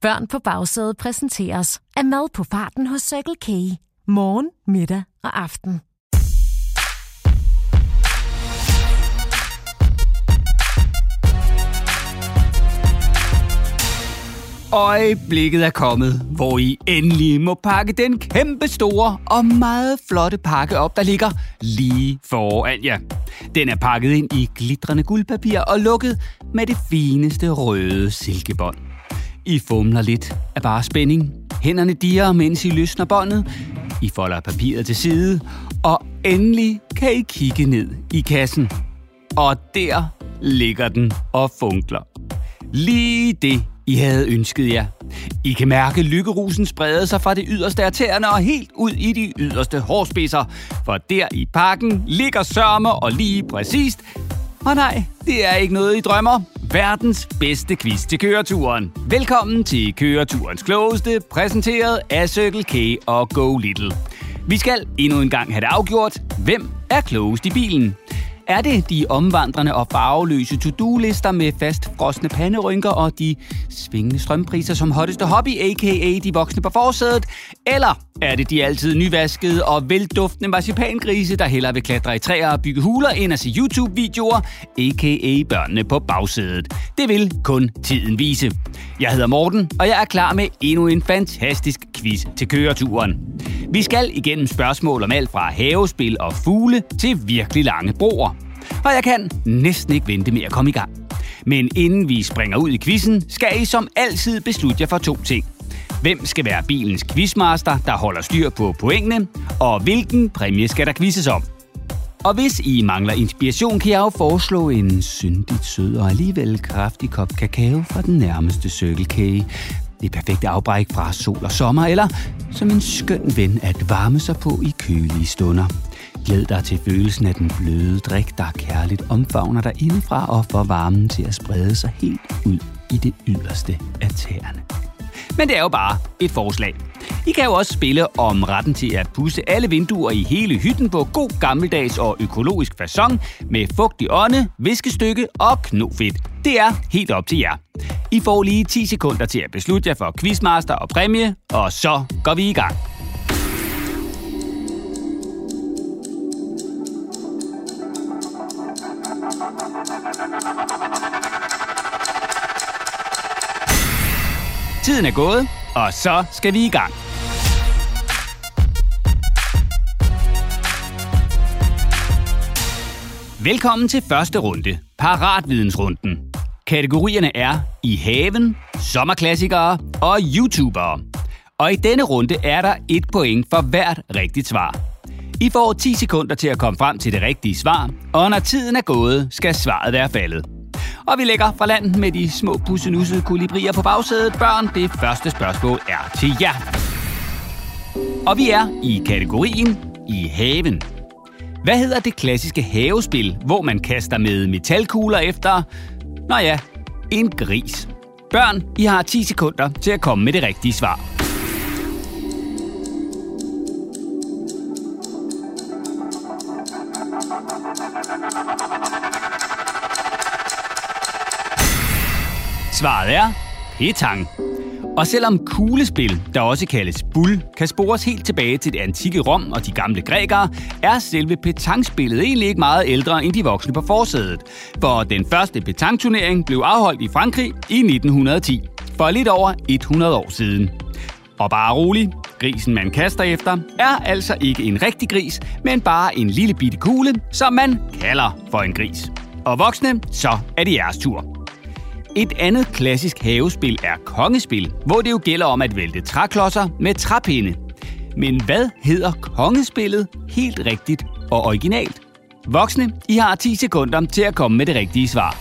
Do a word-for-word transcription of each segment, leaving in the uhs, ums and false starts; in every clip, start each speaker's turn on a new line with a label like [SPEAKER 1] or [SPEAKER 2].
[SPEAKER 1] Børn på bagsædet præsenteres af mad på farten hos Circle K. Morgen, middag og aften.
[SPEAKER 2] Øjeblikket er kommet, hvor I endelig må pakke den kæmpe store og meget flotte pakke op, der ligger lige foran jer. Den er pakket ind i glitrende guldpapir og lukket med det fineste røde silkebånd. I fumler lidt af bare spænding. Hænderne dirrer, mens I løsner båndet. I folder papiret til side, og endelig kan I kigge ned i kassen. Og der ligger den og funkler. Lige det, I havde ønsket jer. I kan mærke lykkerusen sprede sig fra det yderste af tæerne og helt ud i de yderste hårspidser. For der i pakken ligger sørme og lige præcist. Og nej, det er ikke noget I drømmer. Verdens bedste quiz til køreturen. Velkommen til køreturens klogeste, præsenteret af Circle K og Go Little. Vi skal endnu en gang have det afgjort. Hvem er klogest i bilen? Er det de omvandrende og farveløse to-do-lister med fastfrosne panderynker og de svingende strømpriser som hotteste hobby, a k a de voksne på forsædet? Eller er det de altid nyvaskede og velduftende marcipangrise, der hellere vil klatre i træer og bygge huler ind og se YouTube-videoer, a k a børnene på bagsædet? Det vil kun tiden vise. Jeg hedder Morten, og jeg er klar med endnu en fantastisk quiz til køreturen. Vi skal igennem spørgsmål om alt fra havespil og fugle til virkelig lange broer. Og jeg kan næsten ikke vente med at komme i gang. Men inden vi springer ud i quizzen, skal I som altid beslutte jer for to ting. Hvem skal være bilens quizmaster, der holder styr på pointene, og hvilken præmie skal der quizzes om? Og hvis I mangler inspiration, kan jeg jo foreslå en syndigt sød og alligevel kraftig kop kakao fra den nærmeste Circle K. Det perfekte afbræk fra sol og sommer, eller som en skøn ven at varme sig på i kølige stunder. Glæd dig til følelsen af den bløde drik, der kærligt omfavner dig indefra og får varmen til at sprede sig helt ud i det yderste af tæerne. Men det er jo bare et forslag. I kan jo også spille om retten til at pudse alle vinduer i hele hytten på god gammeldags og økologisk facon med fugtig ånde, viskestykke og knofedt. Det er helt op til jer. I får lige ti sekunder til at beslutte jer for quizmaster og præmie, og så går vi i gang. Tiden er gået, og så skal vi i gang. Velkommen til første runde, Paratvidensrunden. Kategorierne er i haven, sommerklassikere og YouTubere. Og i denne runde er der et point for hvert rigtigt svar. I får ti sekunder til at komme frem til det rigtige svar, og når tiden er gået, skal svaret være faldet. Og vi lægger fra land med de små pussenussede kolibrier på bagsædet. Børn, det første spørgsmål er til jer. Og vi er i kategorien i haven. Hvad hedder det klassiske havespil, hvor man kaster med metalkugler efter, nå ja, en gris? Børn, I har ti sekunder til at komme med det rigtige svar. Svaret er petang. Og selvom kuglespil, der også kaldes bull, kan spores helt tilbage til det antikke Rom og de gamle grækere, er selve petangspillet egentlig ikke meget ældre end de voksne på forsædet. For den første petangturnering blev afholdt i Frankrig i nitten ti, for lidt over hundrede år siden. Og bare rolig, grisen man kaster efter er altså ikke en rigtig gris, men bare en lille bitte kugle, som man kalder for en gris. Og voksne, så er det jeres tur. Et andet klassisk havespil er kongespil, hvor det jo gælder om at vælte træklodser med træpinde. Men hvad hedder kongespillet helt rigtigt og originalt? Voksne, I har ti sekunder til at komme med det rigtige svar.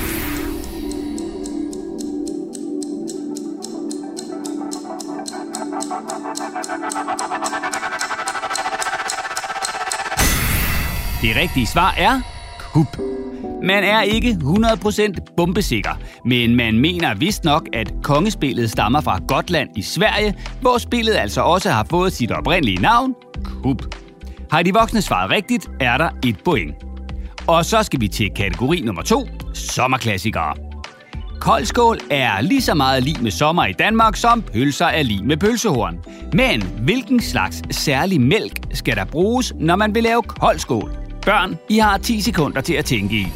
[SPEAKER 2] Det rigtige svar er kup. Man er ikke hundrede procent bombesikker, men man mener vist nok, at kongespillet stammer fra Gotland i Sverige, hvor spillet altså også har fået sit oprindelige navn, kup. Har de voksne svaret rigtigt, er der et point. Og så skal vi til kategori nummer to, sommerklassikere. Koldskål er lige så meget lig med sommer i Danmark, som pølser er lig med pølsehorn. Men hvilken slags særlig mælk skal der bruges, når man vil lave koldskål? Børn, I har ti sekunder til at tænke i.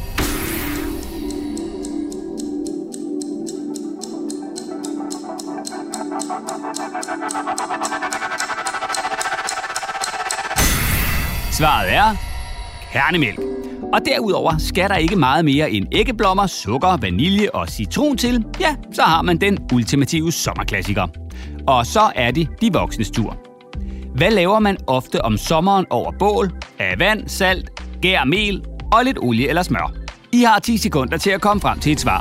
[SPEAKER 2] Svaret er kernemælk. Og derudover skal der ikke meget mere end æggeblommer, sukker, vanilje og citron til. Ja, så har man den ultimative sommerklassiker. Og så er det de voksnes tur. Hvad laver man ofte om sommeren over bål? Af vand, salt, gær, mel og lidt olie eller smør. I har ti sekunder til at komme frem til et svar.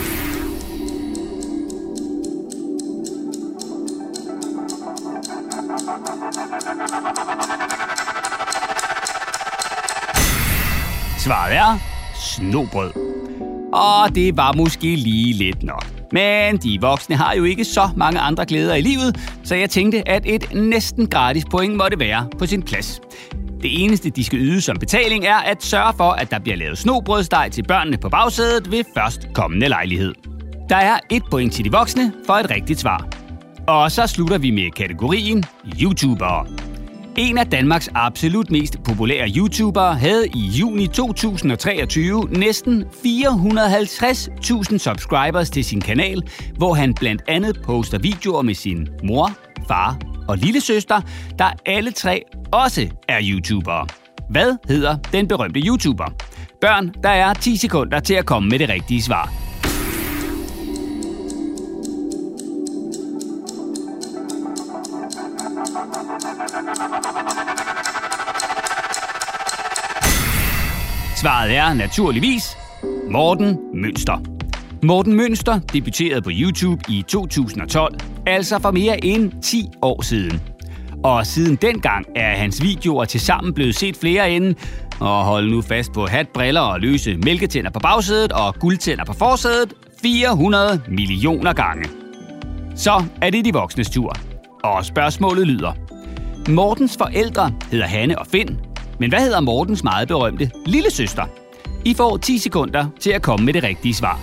[SPEAKER 2] Svaret er snobrød. Og det var måske lige lidt nok. Men de voksne har jo ikke så mange andre glæder i livet, så jeg tænkte, at et næsten gratis point måtte være på sin plads. Det eneste, de skal yde som betaling, er at sørge for, at der bliver lavet snobrødsteg til børnene på bagsædet ved først kommende lejlighed. Der er et point til de voksne for et rigtigt svar. Og så slutter vi med kategorien YouTubere. En af Danmarks absolut mest populære YouTubere havde i juni to tusind og treogtyve næsten fire hundrede og halvtreds tusind subscribers til sin kanal, hvor han blandt andet poster videoer med sin mor, far og lillesøster, der alle tre også er YouTubere. Hvad hedder den berømte YouTuber? Børn, der er ti sekunder til at komme med det rigtige svar. Svaret er naturligvis Morten Mønster. Morten Mønster debuterede på YouTube i to tusind og tolv, altså for mere end ti år siden. Og siden dengang er hans videoer tilsammen blevet set flere end, og hold nu fast på hat, briller og løse mælketænder på bagsædet og guldtænder på forsædet, fire hundrede millioner gange. Så er det de voksnes tur. Og spørgsmålet lyder: Mortens forældre hedder Hanne og Finn, men hvad hedder Mortens meget berømte lillesøster? I får ti sekunder til at komme med det rigtige svar.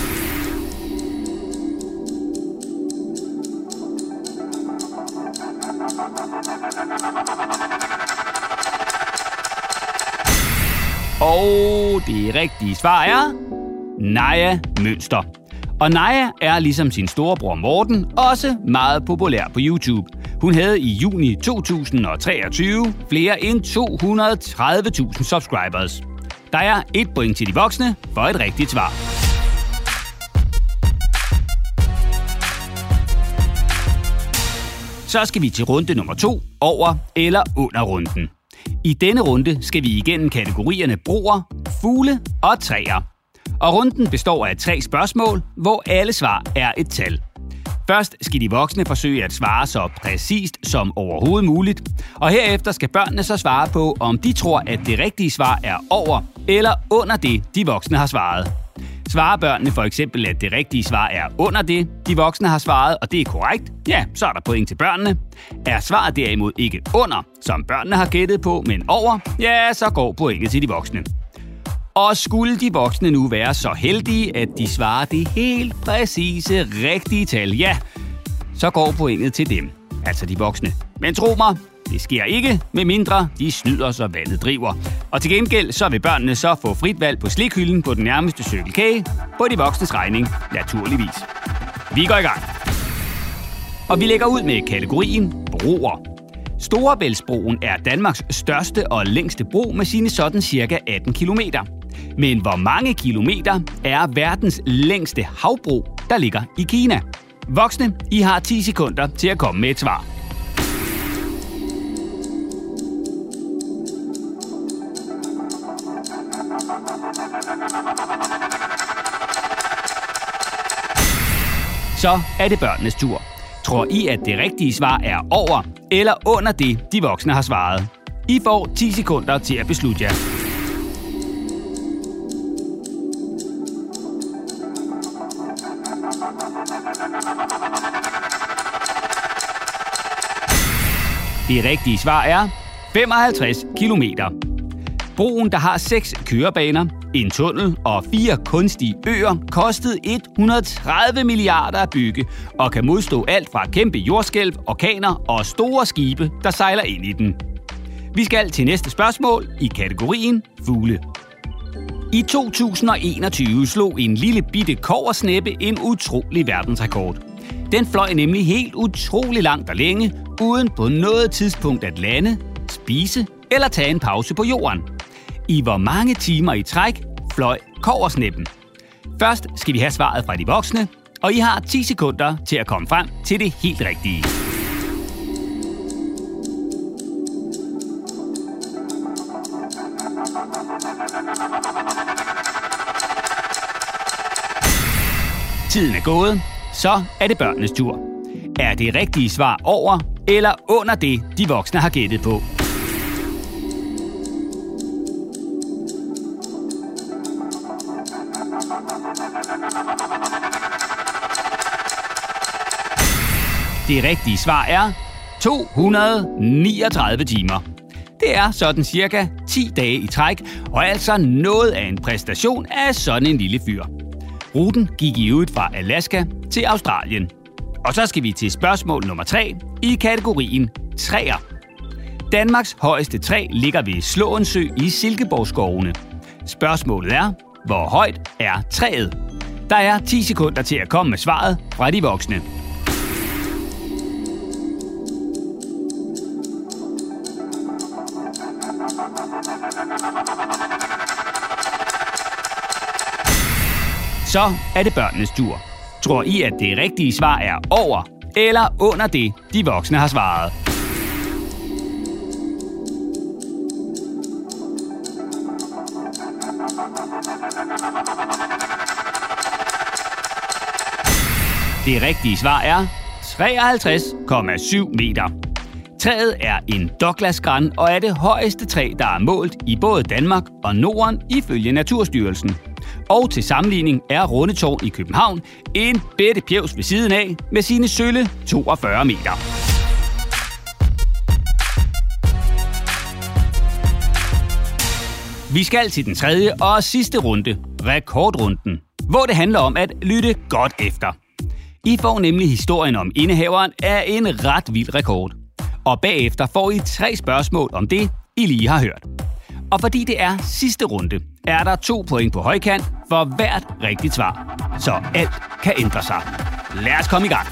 [SPEAKER 2] Og det rigtige svar er Naja Mønster. Og Naja er ligesom sin storebror Morten også meget populær på YouTube. Hun havde i juni to tusind og treogtyve flere end to hundrede og tredive tusind subscribers. Der er et point til de voksne for et rigtigt svar. Så skal vi til runde nummer to, over eller under runden. I denne runde skal vi igennem kategorierne broer, fugle og træer. Og runden består af tre spørgsmål, hvor alle svar er et tal. Først skal de voksne forsøge at svare så præcist som overhovedet muligt, og herefter skal børnene så svare på, om de tror, at det rigtige svar er over eller under det, de voksne har svaret. Svarer børnene for eksempel, at det rigtige svar er under det, de voksne har svaret, og det er korrekt, ja, så er der point til børnene. Er svaret derimod ikke under, som børnene har gættet på, men over, ja, så går pointet til de voksne. Og skulle de voksne nu være så heldige, at de svarer det helt præcise rigtige tal, ja, så går pointet til dem, altså de voksne. Men tro mig, det sker ikke, med mindre de snyder, så vandet driver. Og til gengæld så vil børnene så få frit valg på slikhylden på den nærmeste Circle K, på de voksnes regning, naturligvis. Vi går i gang. Og vi lægger ud med kategorien broer. Storebæltsbroen er Danmarks største og længste bro med sine sådan cirka atten kilometer. Men hvor mange kilometer er verdens længste havbro, der ligger i Kina? Voksne, I har ti sekunder til at komme med et svar. Så er det børnenes tur. Tror I, at det rigtige svar er over eller under det, de voksne har svaret? I får ti sekunder til at beslutte jer. Det rigtige svar er femoghalvtreds kilometer. Broen, der har seks kørebaner, En tunnel og fire kunstige øer kostede et hundrede og tredive milliarder at bygge og kan modstå alt fra kæmpe jordskælv, orkaner og store skibe, der sejler ind i den. Vi skal til næste spørgsmål i kategorien fugle. I to tusind og enogtyve slog en lille bitte kobbersneppe en utrolig verdensrekord. Den fløj nemlig helt utrolig langt og længe, uden på noget tidspunkt at lande, spise eller tage en pause på jorden. I hvor mange timer i træk fløj kobbersneppen? Først skal vi have svaret fra de voksne, og I har ti sekunder til at komme frem til det helt rigtige. Tiden er gået, så er det børnenes tur. Er det rigtige svar over eller under det, de voksne har gættet på? Det rigtige svar er to hundrede og niogtredive timer. Det er sådan cirka ti dage i træk, og altså noget af en præstation af sådan en lille fyr. Ruten gik i øvrigt fra Alaska til Australien. Og så skal vi til spørgsmål nummer tre i kategorien træer. Danmarks højeste træ ligger ved Slåensø i Silkeborgskovene. Spørgsmålet er, hvor højt er træet? Der er ti sekunder til at komme med svaret fra de voksne. Så er det børnenes tur. Tror I, at det rigtige svar er over eller under det, de voksne har svaret? Det rigtige svar er treoghalvtreds komma syv meter. Træet er en Douglasgran og er det højeste træ, der er målt i både Danmark og Norden ifølge Naturstyrelsen. Og til sammenligning er Rundetårn i København en bette pjevs ved siden af med sine sølle toogfyrre meter. Vi skal til den tredje og sidste runde, rekordrunden, hvor det handler om at lytte godt efter. I får nemlig historien om indehaveren af en ret vild rekord. Og bagefter får I tre spørgsmål om det, I lige har hørt. Og fordi det er sidste runde, er der to point på højkant for hvert rigtigt svar. Så alt kan ændre sig. Lad os komme i gang.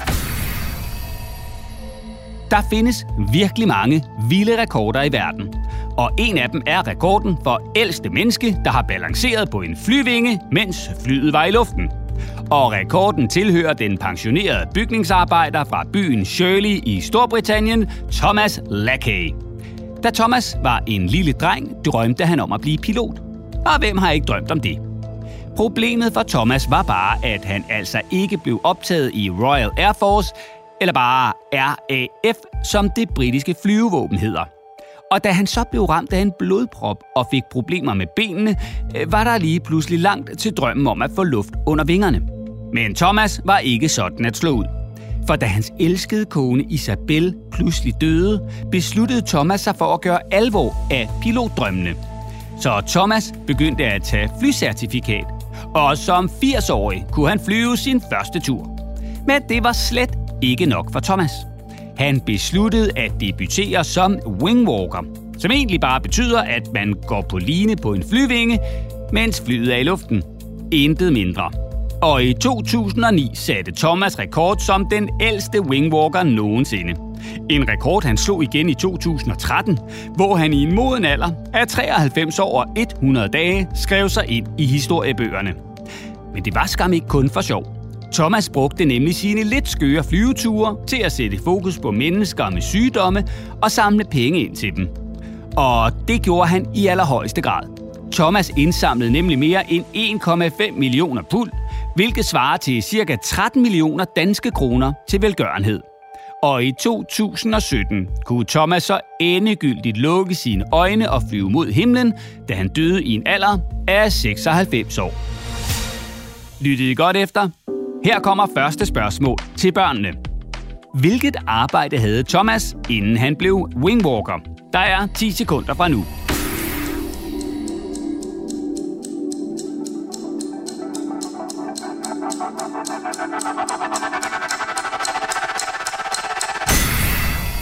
[SPEAKER 2] Der findes virkelig mange vilde rekorder i verden. Og en af dem er rekorden for ældste menneske, der har balanceret på en flyvinge, mens flyet var i luften. Og rekorden tilhører den pensionerede bygningsarbejder fra byen Shirley i Storbritannien, Thomas Lackey. Da Thomas var en lille dreng, drømte han om at blive pilot. Og hvem har ikke drømt om det? Problemet for Thomas var bare, at han altså ikke blev optaget i Royal Air Force, eller bare R A F, som det britiske flyvevåben hedder. Og da han så blev ramt af en blodprop og fik problemer med benene, var der lige pludselig langt til drømmen om at få luft under vingerne. Men Thomas var ikke sådan at slå ud. For da hans elskede kone Isabel pludselig døde, besluttede Thomas sig for at gøre alvor af pilotdrømmene. Så Thomas begyndte at tage flycertifikat, og som firs-årig kunne han flyve sin første tur. Men det var slet ikke nok for Thomas. Han besluttede at debutere som wingwalker, som egentlig bare betyder, at man går på line på en flyvinge, mens flyet er i luften. Intet mindre. Og i to tusind og ni satte Thomas rekord som den ældste wingwalker nogensinde. En rekord han slog igen i to tusind og tretten, hvor han i en moden alder af treoghalvfems år og hundrede dage skrev sig ind i historiebøgerne. Men det var skam ikke kun for sjov. Thomas brugte nemlig sine lidt skøre flyveture til at sætte fokus på mennesker med sygdomme og samle penge ind til dem. Og det gjorde han i allerhøjeste grad. Thomas indsamlede nemlig mere end en komma fem millioner pund, hvilket svarer til ca. tretten millioner danske kroner til velgørenhed. Og i to tusind og sytten kunne Thomas så endegyldigt lukke sine øjne og flyve mod himlen, da han døde i en alder af seksoghalvfems år. Lyttede I godt efter? Her kommer første spørgsmål til børnene. Hvilket arbejde havde Thomas, inden han blev wingwalker? Der er ti sekunder fra nu.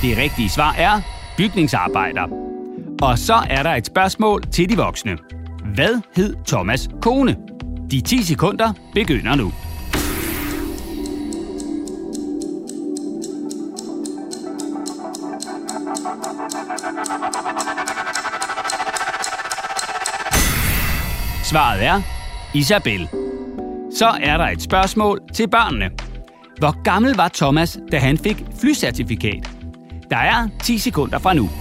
[SPEAKER 2] Det rigtige svar er bygningsarbejder. Og så er der et spørgsmål til de voksne. Hvad hed Thomas' kone? De ti sekunder begynder nu. Svaret er Isabel. Så er der et spørgsmål til børnene. Hvor gammel var Thomas, da han fik flycertifikat? Der er ti sekunder fra nu.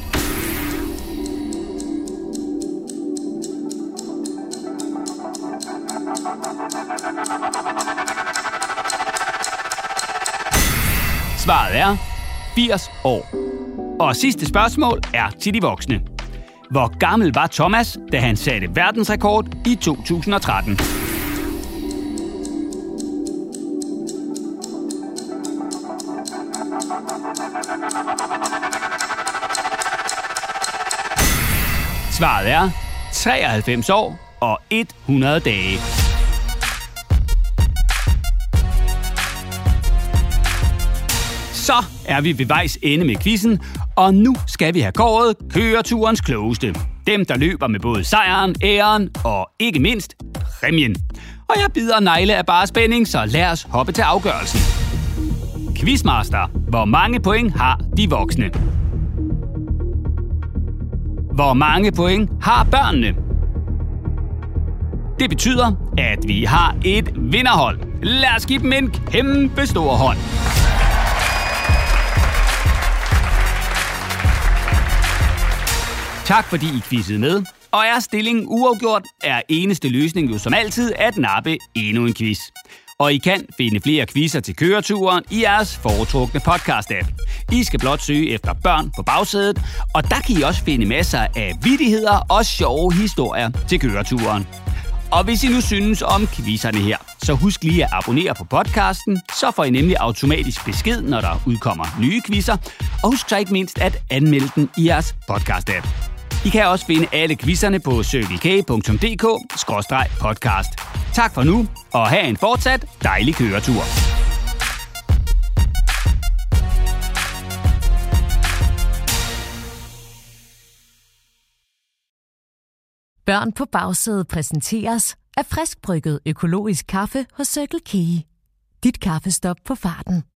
[SPEAKER 2] Svaret er firs år. Og sidste spørgsmål er til de voksne. Hvor gammel var Thomas, da han satte verdensrekord i to tusind og tretten? Svaret er treoghalvfems år og hundrede dage. Så er vi ved vejs ende med quizzen, og nu skal vi have kåret køreturens klogeste. Dem, der løber med både sejren, æren og ikke mindst præmien. Og jeg bider negle af bare spænding, så lad os hoppe til afgørelsen. Quizmaster, hvor mange point har de voksne? Hvor mange point har børnene? Det betyder, at vi har et vinderhold. Lad os give dem en kæmpe stor hånd. Tak fordi I quizzede med. Og er stillingen uafgjort, er eneste løsning jo som altid at nappe endnu en quiz. Og I kan finde flere quizzer til køreturen i jeres foretrukne podcast-app. I skal blot søge efter børn på bagsædet, og der kan I også finde masser af vittigheder og sjove historier til køreturen. Og hvis I nu synes om quizzerne her, så husk lige at abonnere på podcasten, så får I nemlig automatisk besked, når der udkommer nye quizzer. Og husk så ikke mindst at anmelde den i jeres podcast-app. I kan også finde alle quizzerne på circle k punktum d k skråstreg podcast. Tak for nu, og have en fortsat dejlig køretur.
[SPEAKER 1] Børn på bagsædet præsenteres af friskbrygget økologisk kaffe hos Circle K. Dit kaffestop på farten.